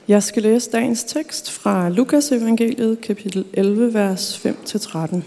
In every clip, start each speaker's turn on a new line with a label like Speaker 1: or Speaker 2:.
Speaker 1: Jeg skal læse dagens tekst fra Lukas evangeliet, kapitel 11, vers 5-13.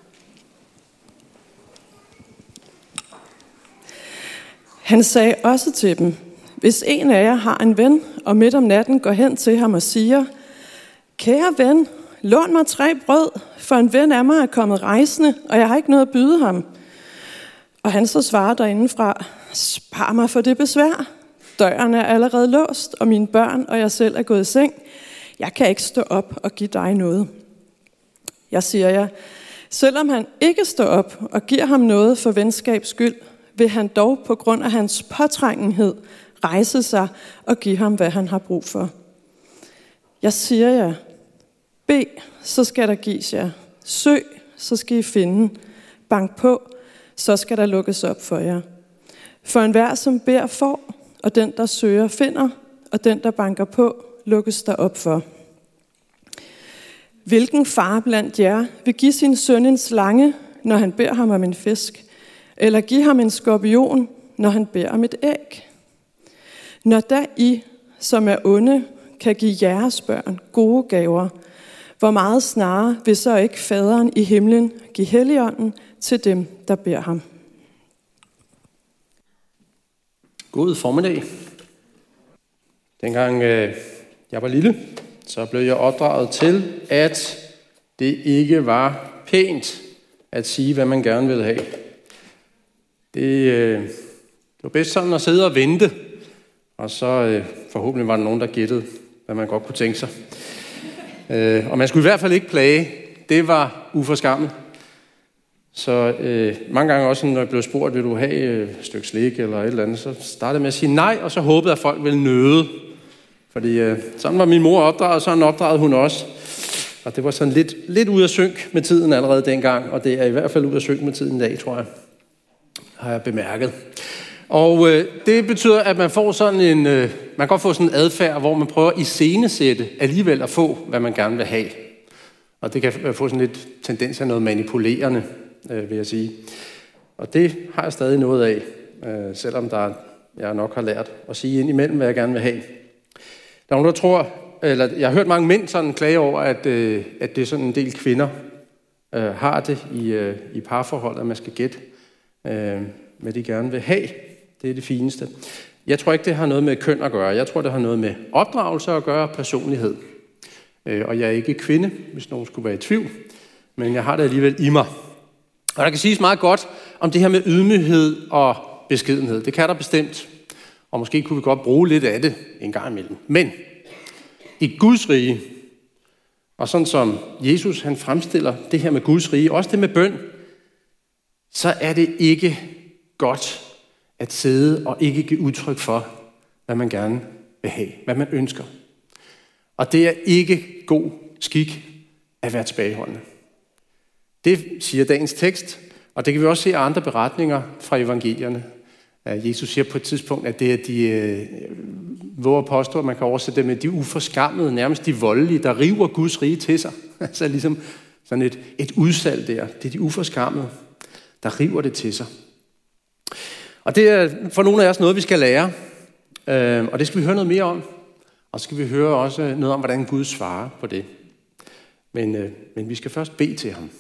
Speaker 1: Han sagde også til dem: Hvis en af jer har en ven, og midt om natten går hen til ham og siger: Kære ven, lån mig 3 brød, for en ven af mig er kommet rejsende, og jeg har ikke noget at byde ham. Og han så svarer derindefra: Spar mig for det besvær. Døren er allerede låst, og mine børn og jeg selv er gået i seng. Jeg kan ikke stå op og give dig noget. Jeg siger jer, selvom han ikke står op og giver ham noget for venskabs skyld, vil han dog på grund af hans påtrængenhed rejse sig og give ham, hvad han har brug for. Jeg siger jer, bed, så skal der gives jer. Søg, så skal I finde. Bank på, så skal der lukkes op for jer. For enhver, som beder, får, og den, der søger, finder, og den, der banker på, lukkes der op for. Hvilken far blandt jer vil give sin søn en slange, når han beder ham om en fisk, eller give ham en skorpion, når han beder om et æg? Når da I, som er onde, kan give jeres børn gode gaver, hvor meget snarere vil så ikke faderen i himlen give Helligånden til dem, der beder ham?
Speaker 2: God formiddag. Dengang jeg var lille, så blev jeg opdraget til, at det ikke var pænt at sige, hvad man gerne ville have. Det var bedst sådan at sidde og vente, og så forhåbentlig var der nogen, der gættede, hvad man godt kunne tænke sig. Og man skulle i hvert fald ikke plage. Det var uforskammet. Så mange gange også, når jeg blev spurgt, vil du have et stykke slik eller et eller andet, så startede jeg med at sige nej, og så håbede jeg, at folk ville nøde. Fordi sådan var min mor opdraget, sådan opdragede hun også. Og det var sådan lidt ud af synk med tiden allerede dengang, og det er i hvert fald ud af synk med tiden i dag, tror jeg, har jeg bemærket. Og det betyder, at man får sådan en, man kan godt få sådan en adfærd, hvor man prøver at iscenesætte alligevel at få, hvad man gerne vil have. Og det kan få sådan lidt tendens af noget manipulerende, vil jeg sige. Og det har jeg stadig noget af, selvom jeg nok har lært at sige ind imellem, hvad jeg gerne vil have. Der er nogen, der tror, eller jeg har hørt mange mænd sådan klage over, at det er sådan en del kvinder har det i parforhold, at man skal gætte, hvad de gerne vil have. Det er det fineste. Jeg tror ikke, det har noget med køn at gøre. Jeg tror, det har noget med opdragelse at gøre, personlighed. Og jeg er ikke kvinde, hvis nogen skulle være i tvivl, men jeg har det alligevel i mig. Og der kan siges meget godt om det her med ydmyghed og beskedenhed. Det kan der bestemt, og måske kunne vi godt bruge lidt af det en gang imellem. Men i Guds rige, og sådan som Jesus han fremstiller det her med Guds rige, også det med bøn, så er det ikke godt at sidde og ikke give udtryk for, hvad man gerne vil have, hvad man ønsker. Og det er ikke god skik at være tilbageholdende. Det siger dagens tekst, og det kan vi også se i andre beretninger fra evangelierne. Jesus siger på et tidspunkt, at det er de våger påstår, at man kan oversætte det med de uforskammede, nærmest de voldelige, der river Guds rige til sig. Altså ligesom sådan et udsalg der. Det er de uforskammede, der river det til sig. Og det er for nogle af os noget, vi skal lære. Og det skal vi høre noget mere om. Og så skal vi høre også noget om, hvordan Gud svarer på det. Men vi skal først bede til ham.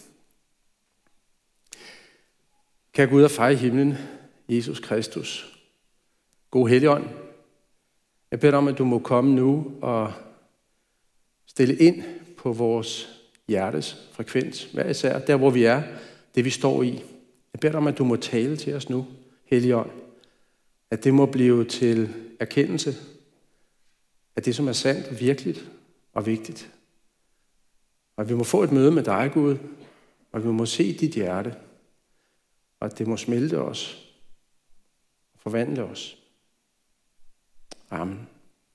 Speaker 2: Kære Gud og far i himlen, Jesus Kristus, god Helligånd, jeg beder dig om, at du må komme nu og stille ind på vores hjertes frekvens, hver især, der hvor vi er, det vi står i. Jeg beder dig om, at du må tale til os nu, Helligånd, at det må blive til erkendelse af det, som er sandt, virkeligt og vigtigt. Og at vi må få et møde med dig, Gud, og at vi må se dit hjerte, og at det må smelte os og forvandle os. Amen.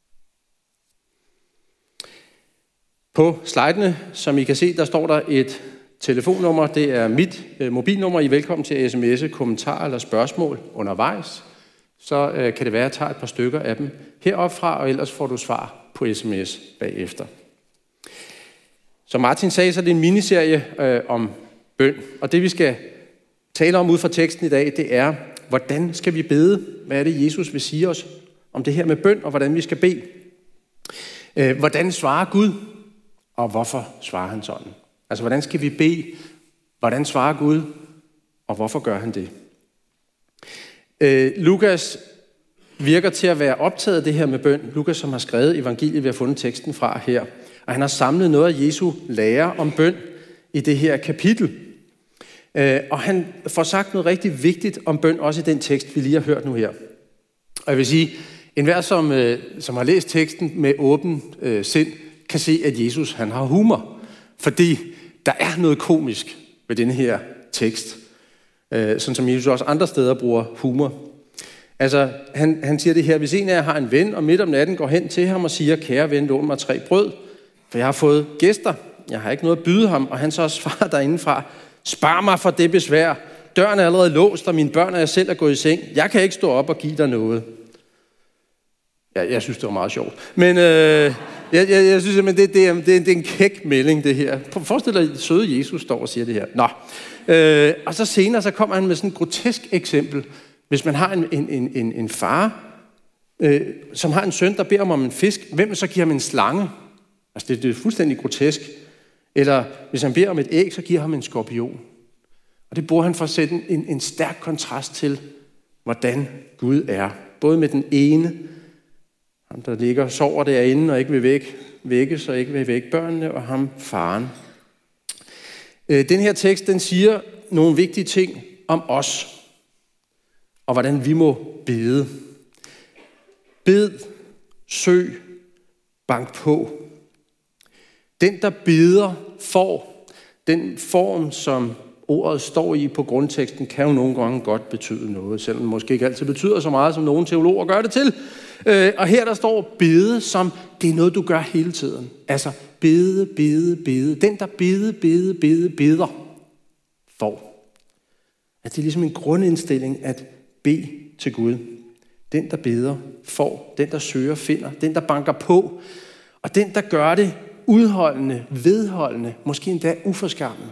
Speaker 2: På slidene, som I kan se, der står der et telefonnummer. Det er mit mobilnummer. I er velkommen til at sms'e kommentarer eller spørgsmål undervejs. Så kan det være, at jeg tager et par stykker af dem heroppe fra, og ellers får du svar på sms bagefter. Som Martin sagde, så er det en miniserie om bøn. Og det vi skal tale om ud fra teksten i dag, det er, hvordan skal vi bede? Hvad er det, Jesus vil sige os om det her med bøn, og hvordan vi skal bede? Hvordan svarer Gud, og hvorfor svarer han sådan? Altså, hvordan skal vi bede? Hvordan svarer Gud, og hvorfor gør han det? Lukas virker til at være optaget af det her med bøn. Lukas, som har skrevet evangeliet, vi har fundet teksten fra her. Og han har samlet noget af Jesu lære om bøn i det her kapitel. Og han får sagt noget rigtig vigtigt om bøn, også i den tekst, vi lige har hørt nu her. Og jeg vil sige, enhver, som har læst teksten med åben sind, kan se, at Jesus han har humor. Fordi der er noget komisk ved denne her tekst. Sådan som Jesus også andre steder bruger humor. Altså, han siger det her: hvis en af jer har en ven, og midt om natten går hen til ham og siger, kære ven, lån mig 3 brød, for jeg har fået gæster. Jeg har ikke noget at byde ham. Og han så svarer derindefra: spar mig for det besvær. Døren er allerede låst, og mine børn og jeg selv er gået i seng. Jeg kan ikke stå op og give dig noget. Ja, jeg synes, det var meget sjovt. Men jeg synes simpelthen, det er en kæk melding, det her. Forestil dig, at søde Jesus står og siger det her. Nå. Og så senere, så kommer han med sådan et grotesk eksempel. Hvis man har en far, som har en søn, der beder om en fisk, hvem vil så give ham en slange? Altså, det er fuldstændig grotesk. Eller hvis han beder om et æg, så giver ham en skorpion. Og det bruger han for at sætte en stærk kontrast til, hvordan Gud er. Både med den ene, ham der ligger og sover derinde og ikke vil vækkes og ikke vil vække børnene, og ham faren. Den her tekst, den siger nogle vigtige ting om os, og hvordan vi må bede. Bed, søg, bank på. Den, der beder, får. Den form, som ordet står i på grundteksten, kan jo nogle gange godt betyde noget, selvom det måske ikke altid betyder så meget, som nogle teologer gør det til. Og her der står bede, som det er noget, du gør hele tiden. Altså bede, bede, bede. Den, der beder, får. At det er ligesom en grundindstilling at bede til Gud. Den, der beder, får. Den, der søger, finder. Den, der banker på. Og den, der gør det udholdende, vedholdende, måske endda uforskammende.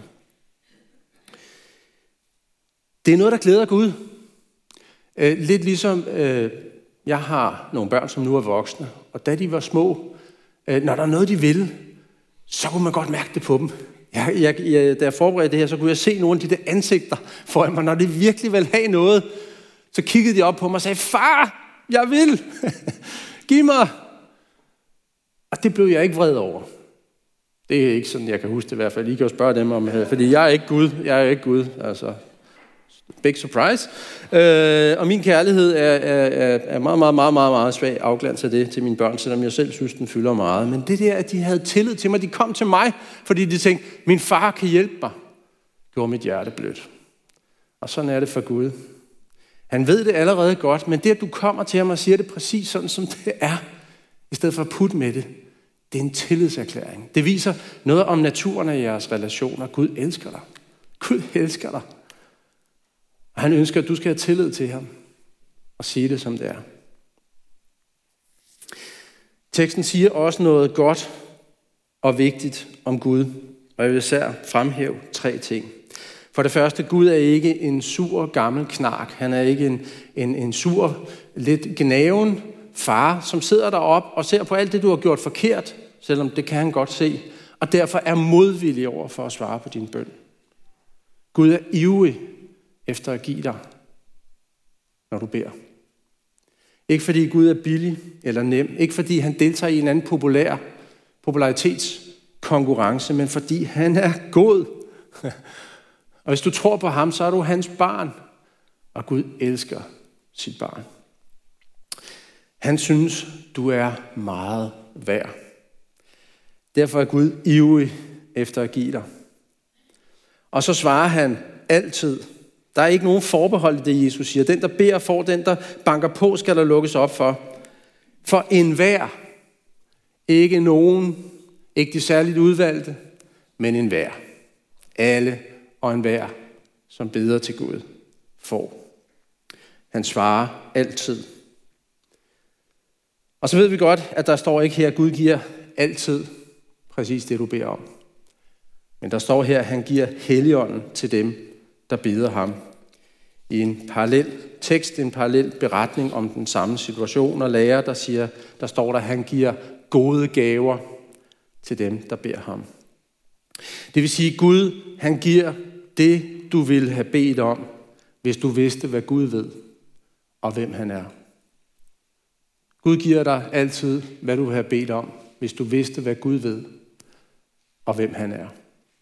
Speaker 2: Det er noget, der glæder Gud. Lidt ligesom, jeg har nogle børn, som nu er voksne, og da de var små, når der er noget, de ville, så kunne man godt mærke det på dem. Da jeg forberedte det her, så kunne jeg se nogle af de der ansigter foran mig. Når de virkelig ville have noget, så kiggede de op på mig og sagde, far, jeg vil. Giv mig. Og det blev jeg ikke vred over. Det er ikke sådan, jeg kan huske det i hvert fald. I kan jo spørge dem om, fordi jeg er ikke Gud. Jeg er ikke Gud, altså. Big surprise. Og min kærlighed er meget, meget, meget, meget, meget svag afglans af det til mine børn, selvom jeg selv synes, den fylder meget. Men det der, at de havde tillid til mig, de kom til mig, fordi de tænkte, min far kan hjælpe mig, gjorde mit hjerte blødt. Og sådan er det for Gud. Han ved det allerede godt, men det, at du kommer til ham og siger det præcis sådan, som det er, i stedet for at putte med det, det er en tillidserklæring. Det viser noget om naturen af jeres relationer. Gud elsker dig. Gud elsker dig. Og han ønsker, at du skal have tillid til ham og sige det, som det er. Teksten siger også noget godt og vigtigt om Gud, og jeg vil især fremhæve 3 ting. For det første, Gud er ikke en sur gammel knark. Han er ikke en sur, lidt gnaven far, som sidder deroppe og ser på alt det, du har gjort forkert, selvom det kan han godt se, og derfor er modvillig over for at svare på din bøn. Gud er ivrig efter at give dig, når du beder. Ikke fordi Gud er billig eller nem, ikke fordi han deltager i en anden popularitetskonkurrence, men fordi han er god. Og hvis du tror på ham, så er du hans barn, og Gud elsker sit barn. Han synes, du er meget værd. Derfor er Gud ivrig efter at give dig. Og så svarer han altid. Der er ikke nogen forbehold i det, Jesus siger. Den, der beder, får. Den, der banker på, skal der lukkes op for. For enhver. Ikke nogen. Ikke de særligt udvalgte, men enhver. Alle og enhver, som beder til Gud, får. Han svarer altid. Og så ved vi godt, at der står ikke her, at Gud giver altid præcis det, du beder om. Men der står her, at han giver Helligånden til dem, der beder ham. I en parallel tekst, en parallel beretning om den samme situation, og lærer, der står der, at han giver gode gaver til dem, der beder ham. Det vil sige, at Gud, han giver det, du ville have bedt om, hvis du vidste, hvad Gud ved, og hvem han er. Gud giver dig altid, hvad du vil have bedt om, hvis du vidste, hvad Gud ved, og hvem han er.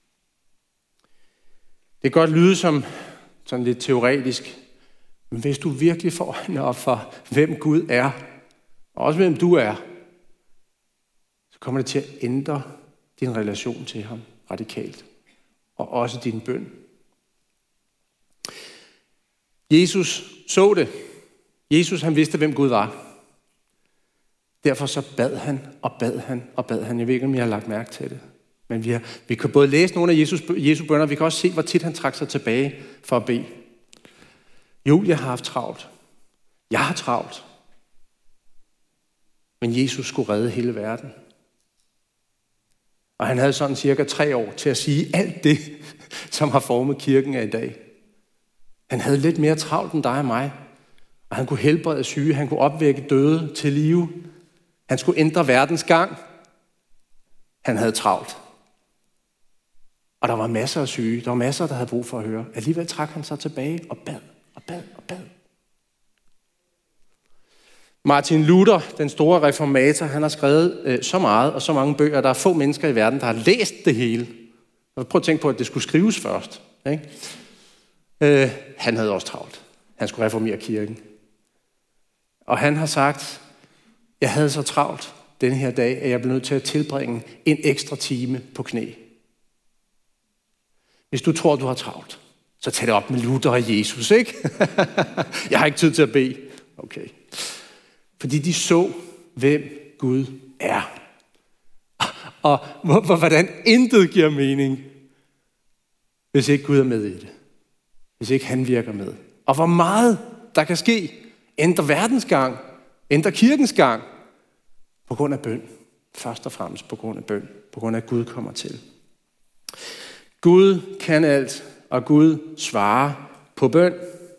Speaker 2: Det kan godt lyde som sådan lidt teoretisk, men hvis du virkelig får øjnene op for, hvem Gud er, og også hvem du er, så kommer det til at ændre din relation til ham radikalt, og også din bøn. Jesus så det. Jesus, han vidste, hvem Gud var. Derfor så bad han, og bad han, og bad han. Jeg ved ikke, om jeg har lagt mærke til det. Men vi kan både læse nogle af Jesu bønner, og vi kan også se, hvor tit han trak sig tilbage for at bede. Julia har haft travlt. Jeg har travlt. Men Jesus skulle redde hele verden. Og han havde sådan cirka 3 år til at sige alt det, som har formet kirken af i dag. Han havde lidt mere travlt end dig og mig. Og han kunne helbrede syge, han kunne opvække døde til live. Han skulle ændre verdens gang. Han havde travlt. Og der var masser af syge. Der var masser, der havde brug for at høre. Alligevel trak han sig tilbage og bad og bad og bad. Martin Luther, den store reformator, han har skrevet så meget og så mange bøger. Der er få mennesker i verden, der har læst det hele. Prøv at tænke på, at det skulle skrives først. Ikke? Han havde også travlt. Han skulle reformere kirken. Og han har sagt, jeg havde så travlt denne her dag, at jeg blev nødt til at tilbringe en ekstra time på knæ. Hvis du tror, du har travlt, så tag det op med Luther og Jesus, ikke? Jeg har ikke tid til at bede. Okay. Fordi de så, hvem Gud er. Og hvordan intet giver mening, hvis ikke Gud er med i det. Hvis ikke han virker med. Og hvor meget der kan ske. Ændre verdens gang. Ændre kirkens gang. På grund af bøn. Først og fremmest på grund af bøn. På grund af, at Gud kommer til. Gud kan alt, og Gud svarer på bøn.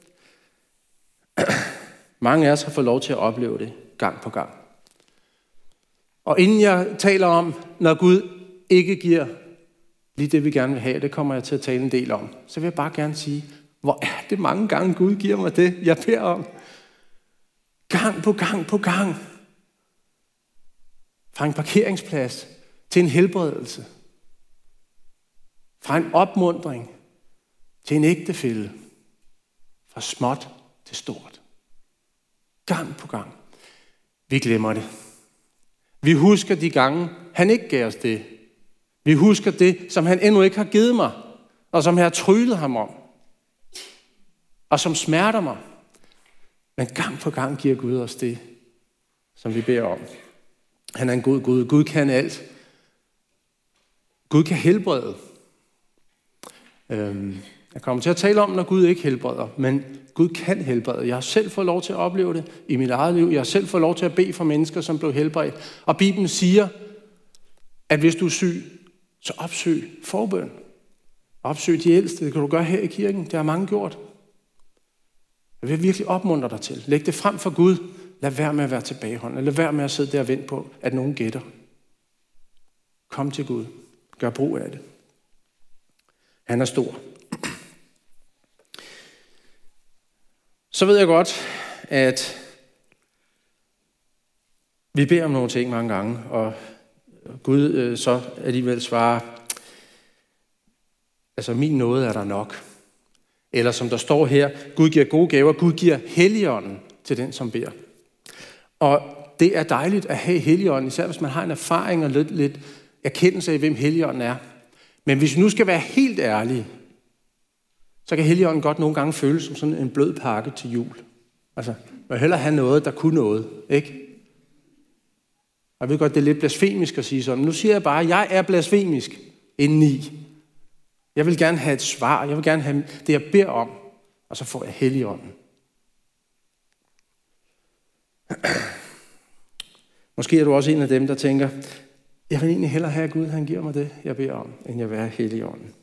Speaker 2: Mange af os har fået lov til at opleve det gang på gang. Og inden jeg taler om, når Gud ikke giver lige det, vi gerne vil have, det kommer jeg til at tale en del om, så vil jeg bare gerne sige, hvor er det mange gange Gud giver mig det, jeg beder om. Gang på gang på gang. Fra en parkeringsplads til en helbredelse. Fra en opmuntring til en ægtefælle. Fra småt til stort. Gang på gang. Vi glemmer det. Vi husker de gange, han ikke gav os det. Vi husker det, som han endnu ikke har givet mig, og som jeg har tryllet ham om, og som smerter mig. Men gang på gang giver Gud os det, som vi beder om. Han er en god Gud. Gud kan alt. Gud kan helbrede. Jeg kommer til at tale om, når Gud ikke helbreder, men Gud kan helbrede. Jeg har selv fået lov til at opleve det i mit eget liv. Jeg har selv fået lov til at bede for mennesker, som blev helbredt. Og Bibelen siger, at hvis du er syg, så opsøg forbøn. Opsøg de ældste. Det kan du gøre her i kirken. Det har mange gjort. Jeg vil virkelig opmuntre dig til. Læg det frem for Gud. Lad være med at være tilbageholdende. Lad være med at sidde der og vente på, at nogen gætter. Kom til Gud. Gør brug af det. Han er stor. Så ved jeg godt, at vi beder om nogle ting mange gange, og Gud så alligevel svarer, altså min nåde er der nok. Eller som der står her, Gud giver gode gaver, Gud giver Helligånden til den, som beder. Og det er dejligt at have Helligånden, især hvis man har en erfaring og lidt erkendelse af, hvem Helligånden er. Men hvis vi nu skal være helt ærlige, så kan Helligånden godt nogle gange føles som sådan en blød pakke til jul. Altså, man vil hellere have noget, der kunne noget, ikke? Og jeg ved godt, det er lidt blasfemisk at sige sådan. Nu siger jeg bare, at jeg er blasfemisk indeni. Jeg vil gerne have et svar. Jeg vil gerne have det, jeg beder om. Og så får jeg Helligånden. Måske er du også en af dem, der tænker, jeg vil egentlig hellere have, at Gud han giver mig det, jeg beder om, end jeg vil have Helligånden.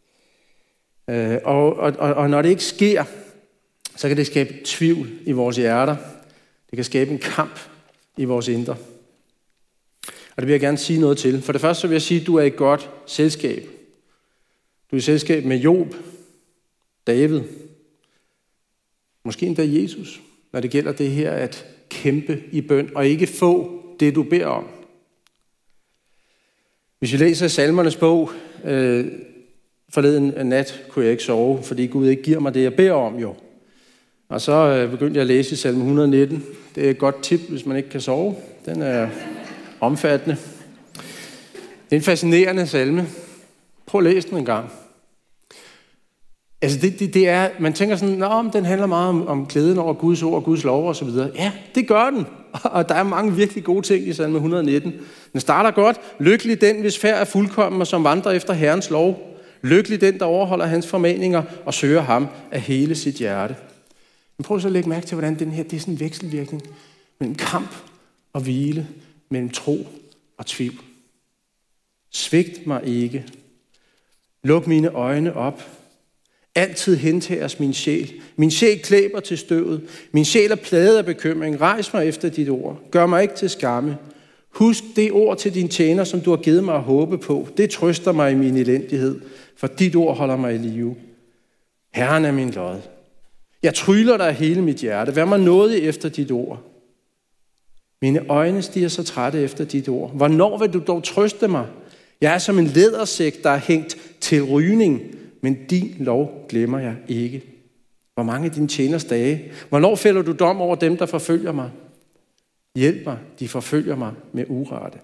Speaker 2: Og når det ikke sker, så kan det skabe tvivl i vores hjerter. Det kan skabe en kamp i vores indre. Og det vil jeg gerne sige noget til. For det første så vil jeg sige, at du er i godt selskab. Du er i selskab med Job, David, måske endda Jesus, når det gælder det her at kæmpe i bøn og ikke få det, du beder om. Hvis vi læser Salmernes bog, forleden nat kunne jeg ikke sove, fordi Gud ikke giver mig det, jeg beder om jo. Og så begyndte jeg at læse i salme 119. Det er et godt tip, hvis man ikke kan sove. Den er omfattende. Det er en fascinerende salme. Prøv at læse den en gang. Altså det er, man tænker sådan, den handler meget om glæden over Guds ord og Guds lov og så videre. Ja, det gør den. Og der er mange virkelig gode ting i salme 119. Den starter godt. Lykkelig den, hvis færd er fuldkommen og som vandrer efter Herrens lov. Lykkelig den, der overholder hans formaninger og søger ham af hele sit hjerte. Men prøv så at lægge mærke til, hvordan den her, det er sådan en vekselvirkning mellem kamp og hvile, mellem tro og tvivl. Svigt mig ikke. Luk mine øjne op. Altid hentages min sjæl. Min sjæl klæber til støvet. Min sjæl er plaget af bekymring. Rejs mig efter dit ord. Gør mig ikke til skamme. Husk det ord til din tjener, som du har givet mig at håbe på. Det trøster mig i min elendighed, for dit ord holder mig i live. Herren er min lod. Jeg tryller dig af hele mit hjerte. Vær mig nådig efter dit ord. Mine øjne stiger så trætte efter dit ord. Hvornår vil du dog trøste mig? Jeg er som en lædersæk, der er hængt til rygning, men din lov glemmer jeg ikke. Hvor mange af dine tjeners dage? Hvornår fælder du dom over dem, der forfølger mig? Hjælp mig, de forfølger mig med urette.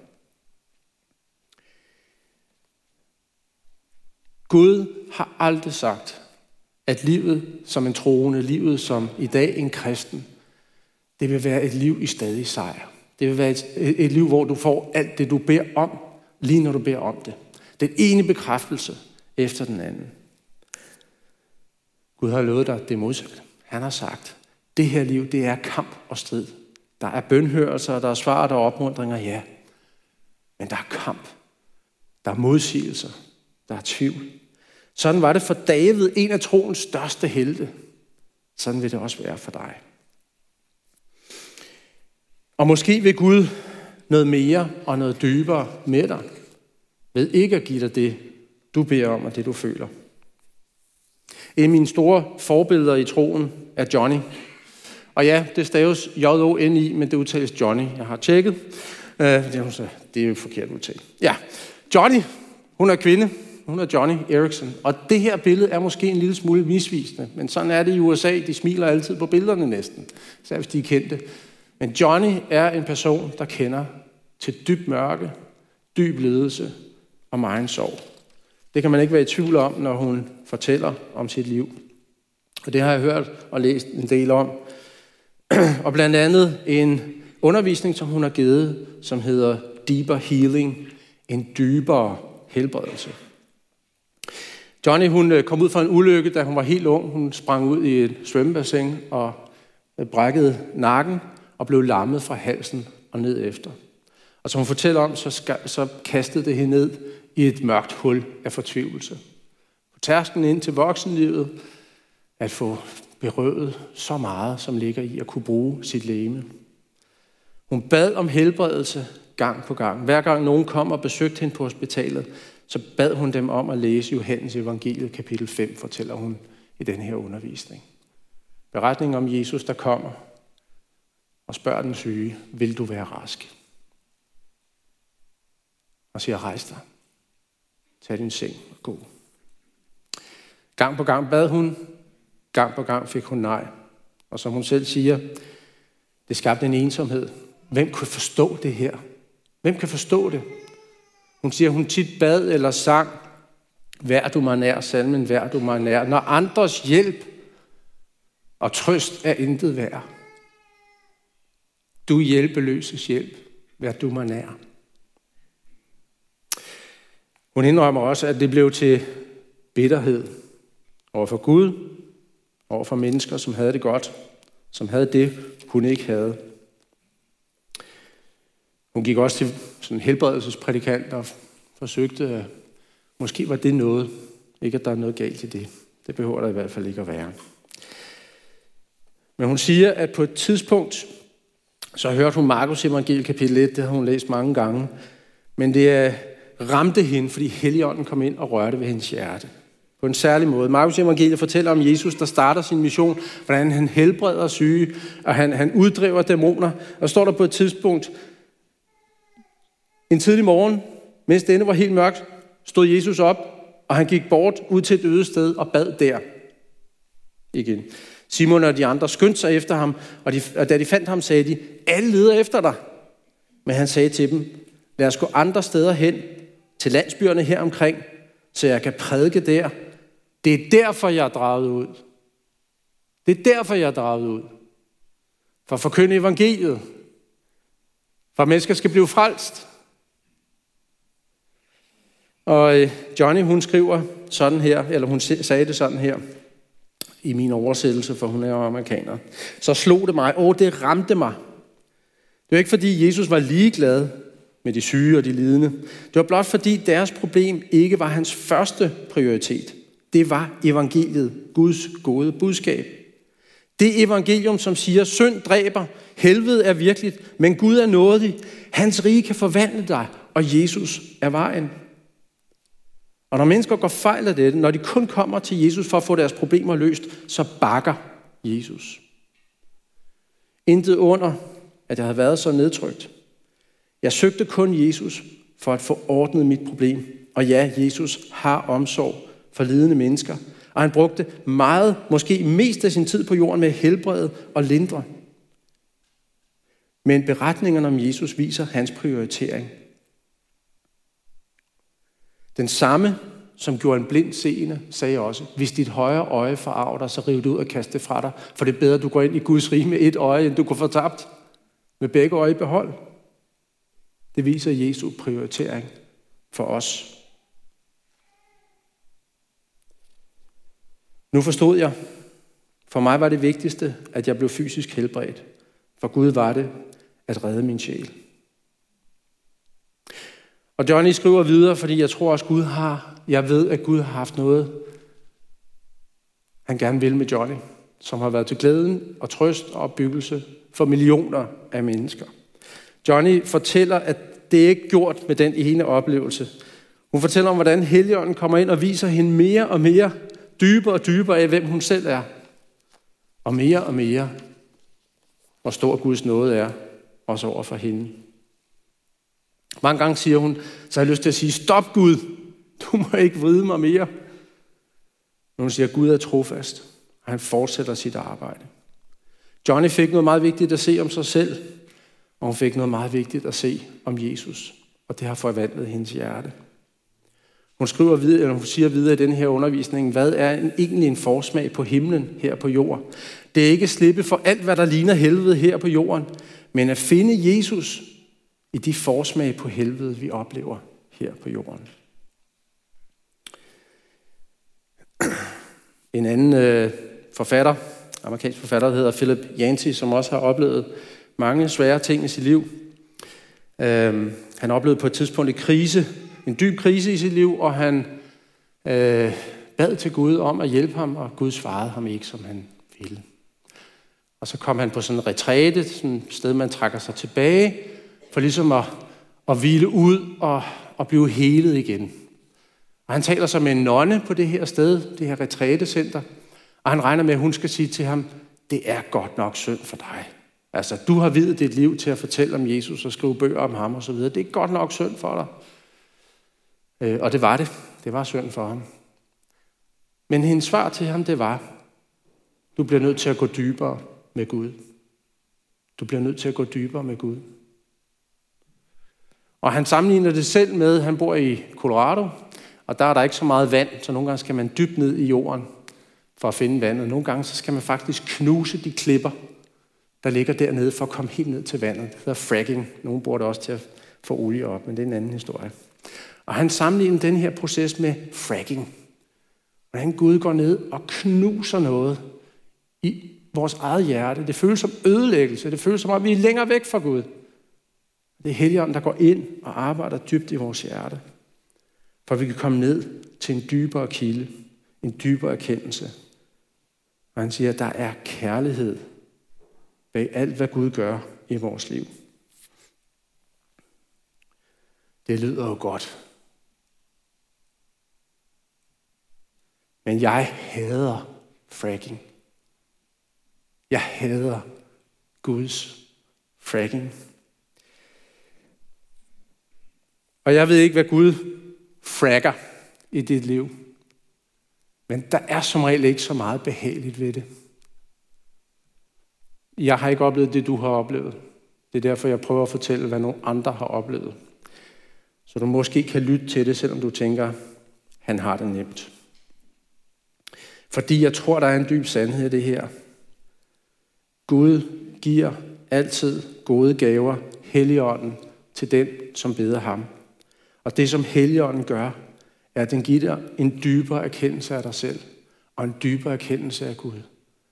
Speaker 2: Gud har aldrig sagt, at livet som en troende, livet som i dag en kristen, det vil være et liv i stadig sejr. Det vil være et liv, hvor du får alt det, du beder om, lige når du beder om det. Den ene bekræftelse efter den anden. Gud har lovet dig det modsatte. Han har sagt, det her liv, det er kamp og strid. Der er bønhørelser, der er svar, der er opmuntringer, ja. Men der er kamp. Der er modsigelser. Der er tvivl. Sådan var det for David, en af troens største helte. Sådan vil det også være for dig. Og måske vil Gud noget mere og noget dybere med dig, ved ikke at give dig det, du beder om, og det du føler. En af mine store forbilleder i troen er Johnny. Og ja, det staves J-O-N-I, men det udtales Johnny. Jeg har tjekket. Det er jo forkert udtalt. Ja, Johnny, hun er kvinde. Hun er Johnny Erickson. Og det her billede er måske en lille smule misvisende. Men sådan er det i USA. De smiler altid på billederne næsten. Så hvis de er kendte. Men Johnny er en person, der kender til dyb mørke, dyb ledelse og megen sorg. Det kan man ikke være i tvivl om, når hun fortæller om sit liv. Og det har jeg hørt og læst en del om. Og blandt andet en undervisning, som hun har givet, som hedder Deeper Healing, en dybere helbredelse. Johnny, hun kom ud fra en ulykke, da hun var helt ung. Hun sprang ud i et svømmebassin og brækkede nakken og blev lammet fra halsen og ned efter. Og som hun fortæller om, så kastede det hende ned i et mørkt hul af fortvivlelse. På tærsklen ind til voksenlivet, at få berøvet så meget, som ligger i at kunne bruge sit legeme. Hun bad om helbredelse gang på gang. Hver gang nogen kom og besøgte hende på hospitalet, så bad hun dem om at læse Johannes evangeliet kapitel 5, fortæller hun i den her undervisning. Beretningen om Jesus, der kommer og spørger den syge, vil du være rask? Og siger, rejs dig. Tag din seng og gå. Gang på gang bad hun. Gang på gang fik hun nej. Og som hun selv siger, det skabte en ensomhed. Hvem kunne forstå det her? Hvem kan forstå det? Hun siger, hun tit bad eller sang, vær du mig nær, salmen, vær du mig nær. Når andres hjælp og trøst er intet værd. Du hjælpeløses hjælp, vær du mig nær. Hun indrømmer også, at det blev til bitterhed over for Gud, over for mennesker, som havde det godt, som havde det, hun ikke havde. Hun gik også til sådan en helbredelsesprædikant og forsøgte, at måske var det noget. Ikke, at der er noget galt i det. Det behøver der i hvert fald ikke at være. Men hun siger, at på et tidspunkt, så hørte hun Markus evangeliet kapitel 1, det har hun læst mange gange, Men det ramte hende, fordi Helligånden kom ind og rørte ved hendes hjerte. På en særlig måde. Markus evangeliet fortæller om Jesus, der starter sin mission, hvordan han helbreder syge, og han uddriver dæmoner. Og står der på et tidspunkt, en tidlig morgen, mens det endnu var helt mørkt, stod Jesus op, og han gik bort ud til et øde sted og bad der igen. Simon og de andre skyndte sig efter ham, og da de fandt ham, sagde de, alle leder efter dig. Men han sagde til dem, lad os gå andre steder hen, til landsbyerne her omkring, så jeg kan prædike der. Det er derfor, jeg er draget ud. Det er derfor, jeg er draget ud. For at forkynde evangeliet. For at mennesker skal blive frelst. Og Johnny, hun skriver sådan her, eller hun sagde det sådan her, i min oversættelse, for hun er jo amerikaner. Så slog det mig. Det ramte mig. Det var ikke fordi Jesus var ligeglad med de syge og de lidende. Det var blot fordi deres problem ikke var hans første prioritet. Det var evangeliet, Guds gode budskab. Det evangelium, som siger, synd dræber, helvede er virkeligt, men Gud er nådig. Hans rige kan forvandle dig, og Jesus er vejen. Og når mennesker går fejl af dette, når de kun kommer til Jesus for at få deres problemer løst, så bakker Jesus. Intet under, at jeg havde været så nedtrykt. Jeg søgte kun Jesus for at få ordnet mit problem. Og ja, Jesus har omsorg for lidende mennesker. Og han brugte meget, måske mest af sin tid på jorden med at helbrede og lindre. Men beretningerne om Jesus viser hans prioritering. Den samme, som gjorde en blind seende, sagde også, hvis dit højre øje forarver dig, så riv det ud og kast det fra dig. For det er bedre, at du går ind i Guds rige med et øje, end du går fortabt med begge øje i behold. Det viser Jesu prioritering for os. Nu forstod jeg. For mig var det vigtigste, at jeg blev fysisk helbredt. For Gud var det at redde min sjæl. Og Johnny skriver videre, fordi jeg tror også, jeg ved, at Gud har haft noget, han gerne vil med Johnny, som har været til glæden og trøst og opbyggelse for millioner af mennesker. Johnny fortæller, at det ikke er gjort med den ene oplevelse. Hun fortæller om, hvordan Helligånden kommer ind og viser hende mere og mere, dybere og dybere af, hvem hun selv er. Og mere, hvor stor Guds nåde er, også over for hende. Mange gange siger hun, så har jeg lyst til at sige, stop Gud, du må ikke vride mig mere. Men hun siger, Gud er trofast, og han fortsætter sit arbejde. Johnny fik noget meget vigtigt at se om sig selv, og hun fik noget meget vigtigt at se om Jesus, og det har forvandlet hendes hjerte. Hun siger videre i den her undervisning, hvad er egentlig en forsmag på himlen her på jorden? Det er ikke at slippe for alt, hvad der ligner helvede her på jorden, men at finde Jesus i de forsmag på helvede, vi oplever her på jorden. En anden forfatter, amerikansk forfatter, der hedder Philip Yancey, som også har oplevet mange svære ting i sit liv. Han oplevede på et tidspunkt en dyb krise i sit liv, og han bad til Gud om at hjælpe ham, og Gud svarede ham ikke, som han ville. Og så kom han på sådan en retræte, sådan et sted, man trækker sig tilbage, for ligesom at hvile ud og blive helet igen. Og han taler så med en nonne på det her sted, det her retrætecenter, og han regner med, at hun skal sige til ham, det er godt nok synd for dig. Altså, du har viet dit liv til at fortælle om Jesus og skrive bøger om ham og så videre. Det er godt nok synd for dig. Og det var det. Det var synd for ham. Men hendes svar til ham, det var, du bliver nødt til at gå dybere med Gud. Du bliver nødt til at gå dybere med Gud. Og han sammenligner det selv med, han bor i Colorado, og der er der ikke så meget vand, så nogle gange skal man dybt ned i jorden for at finde vandet. Nogle gange så skal man faktisk knuse de klipper, der ligger dernede, for at komme helt ned til vandet. Det hedder fracking. Nogle bruger det også til at få olie op, men det er en anden historie. Og han sammenligner den her proces med fracking. Hvordan Gud går ned og knuser noget i vores eget hjerte. Det føles som ødelæggelse. Det føles som om, vi er længere væk fra Gud. Det er Helligånden, der går ind og arbejder dybt i vores hjerte. For vi kan komme ned til en dybere kilde. En dybere erkendelse. Og han siger, at der er kærlighed bag alt, hvad Gud gør i vores liv. Det lyder jo godt. Men jeg hader fracking. Jeg hader Guds fracking. Og jeg ved ikke, hvad Gud fracker i dit liv. Men der er som regel ikke så meget behageligt ved det. Jeg har ikke oplevet det, du har oplevet. Det er derfor, jeg prøver at fortælle, hvad nogle andre har oplevet. Så du måske kan lytte til det, selvom du tænker, han har det nemt. Fordi jeg tror, der er en dyb sandhed i det her. Gud giver altid gode gaver, Helligånden, til den, som beder ham. Og det, som Helligånden gør, er, at den giver dig en dybere erkendelse af dig selv, og en dybere erkendelse af Gud.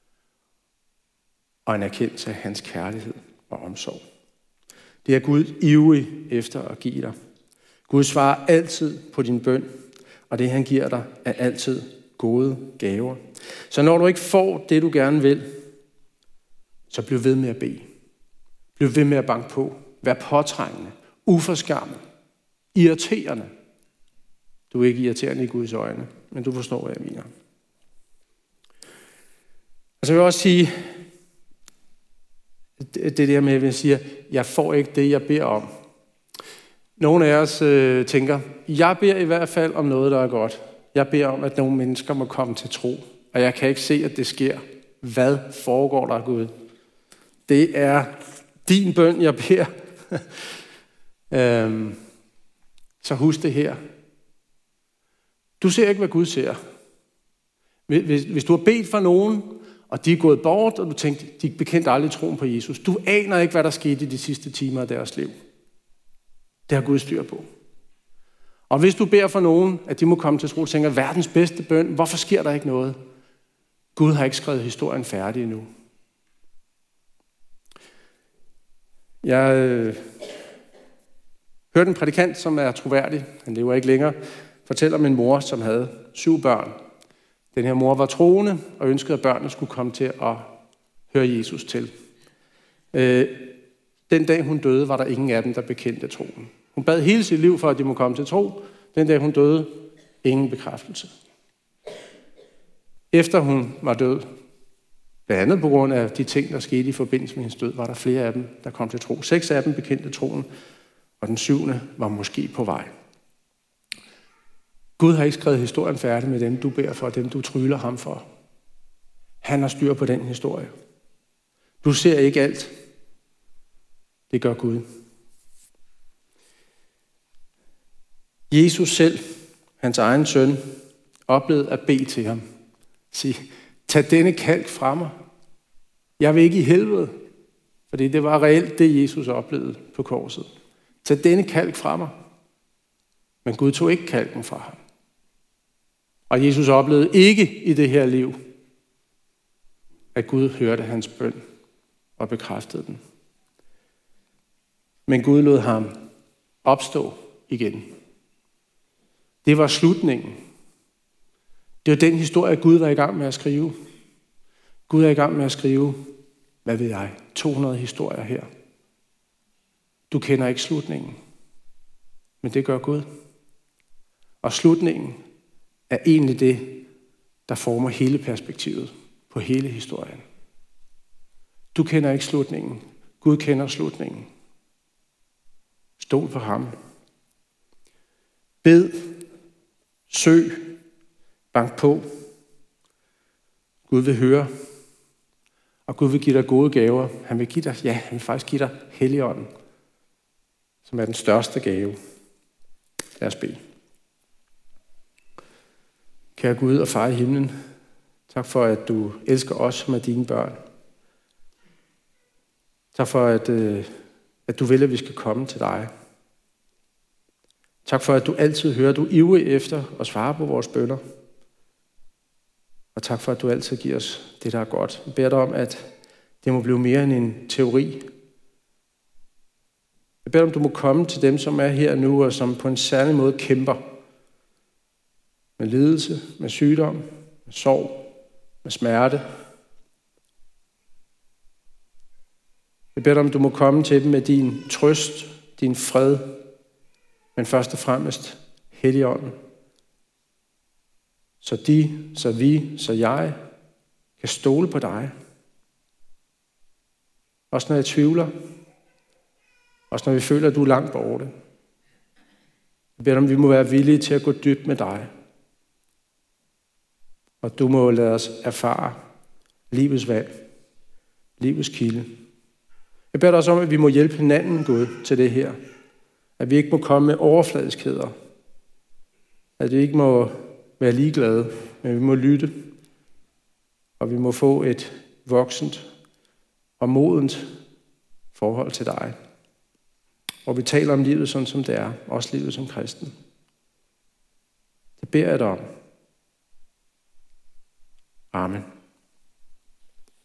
Speaker 2: Og en erkendelse af hans kærlighed og omsorg. Det er Gud ivrig efter at give dig. Gud svarer altid på din bøn, og det han giver dig er altid gode gaver. Så når du ikke får det, du gerne vil, så bliv ved med at bede. Bliv ved med at banke på. Vær påtrængende, uforskammet, irriterende. Du er ikke irriterende i Guds øjne, men du forstår, hvad jeg mener. Og så vil jeg også sige, det der med, at jeg siger, jeg får ikke det, jeg beder om. Nogle af os tænker, jeg beder i hvert fald om noget, der er godt. Jeg beder om, at nogle mennesker må komme til tro, og jeg kan ikke se, at det sker. Hvad foregår der, Gud? Det er din bøn, jeg beder. Så husk det her. Du ser ikke, hvad Gud ser. Hvis du har bedt for nogen, og de er gået bort, og du tænkte, de bekendte aldrig troen på Jesus. Du aner ikke, hvad der skete i de sidste timer af deres liv. Det har Gud styr på. Og hvis du beder for nogen, at de må komme til tro, og tænker, verdens bedste bøn, hvorfor sker der ikke noget? Gud har ikke skrevet historien færdig endnu. Jeg hørte en prædikant, som er troværdig, han lever ikke længere, fortæller om en mor, som havde 7 børn. Den her mor var troende og ønskede, at børnene skulle komme til at høre Jesus til. Den dag hun døde, var der ingen af dem, der bekendte troen. Hun bad hele sit liv for, at de må komme til tro. Den dag hun døde, ingen bekræftelse. Efter hun var død, blandt andet på grund af de ting, der skete i forbindelse med hendes død, var der flere af dem, der kom til tro. 6 af dem bekendte troen, og den 7. var måske på vej. Gud har ikke skrevet historien færdig med dem, du beder for, dem du tryller ham for. Han har styr på den historie. Du ser ikke alt. Det gør Gud. Jesus selv, hans egen søn, oplevede at bede til ham. Sig, tag denne kalk fra mig. Jeg vil ikke i helvede. Fordi det var reelt det, Jesus oplevede på korset. Tag denne kalk fra mig. Men Gud tog ikke kalken fra ham. Og Jesus oplevede ikke i det her liv, at Gud hørte hans bøn og bekræftede den. Men Gud lod ham opstå igen. Det var slutningen. Det var den historie, Gud var i gang med at skrive. Gud er i gang med at skrive, hvad ved jeg, 200 historier her. Du kender ikke slutningen, men det gør Gud. Og slutningen er egentlig det, der former hele perspektivet på hele historien. Du kender ikke slutningen. Gud kender slutningen. Stol på ham. Bed. Søg. Bank på. Gud vil høre. Og Gud vil give dig gode gaver. Han vil give dig, han vil faktisk give dig Helligånden, som er den største gave. Lad os bede. Kære Gud og far i himlen, tak for, at du elsker os som er dine børn. Tak for, at du vil, at vi skal komme til dig. Tak for, at du altid hører, du er ivrig efter at svare på vores bønner. Og tak for, at du altid giver os det, der er godt. Jeg beder dig om, at det må blive mere end en teori. Jeg beder dig om, du må komme til dem, som er her nu, og som på en særlig måde kæmper med lidelse, med sygdom, med sorg, med smerte. Jeg beder dig om, du må komme til dem med din trøst, din fred, men først og fremmest Helligånden. Så vi, så jeg kan stole på dig. Også når jeg tvivler. Også når vi føler, at du er langt borte. Jeg beder om, vi må være villige til at gå dybt med dig. Og du må lade os erfare livets vand. Livets kilde. Jeg beder dig også om, at vi må hjælpe hinanden, Gud, til det her. At vi ikke må komme med overfladiskheder. At vi ikke må være ligeglade, men vi må lytte. Og vi må få et voksent og modent forhold til dig. Og vi taler om livet sådan, som det er. Også livet som kristen. Det beder jeg dig om. Amen.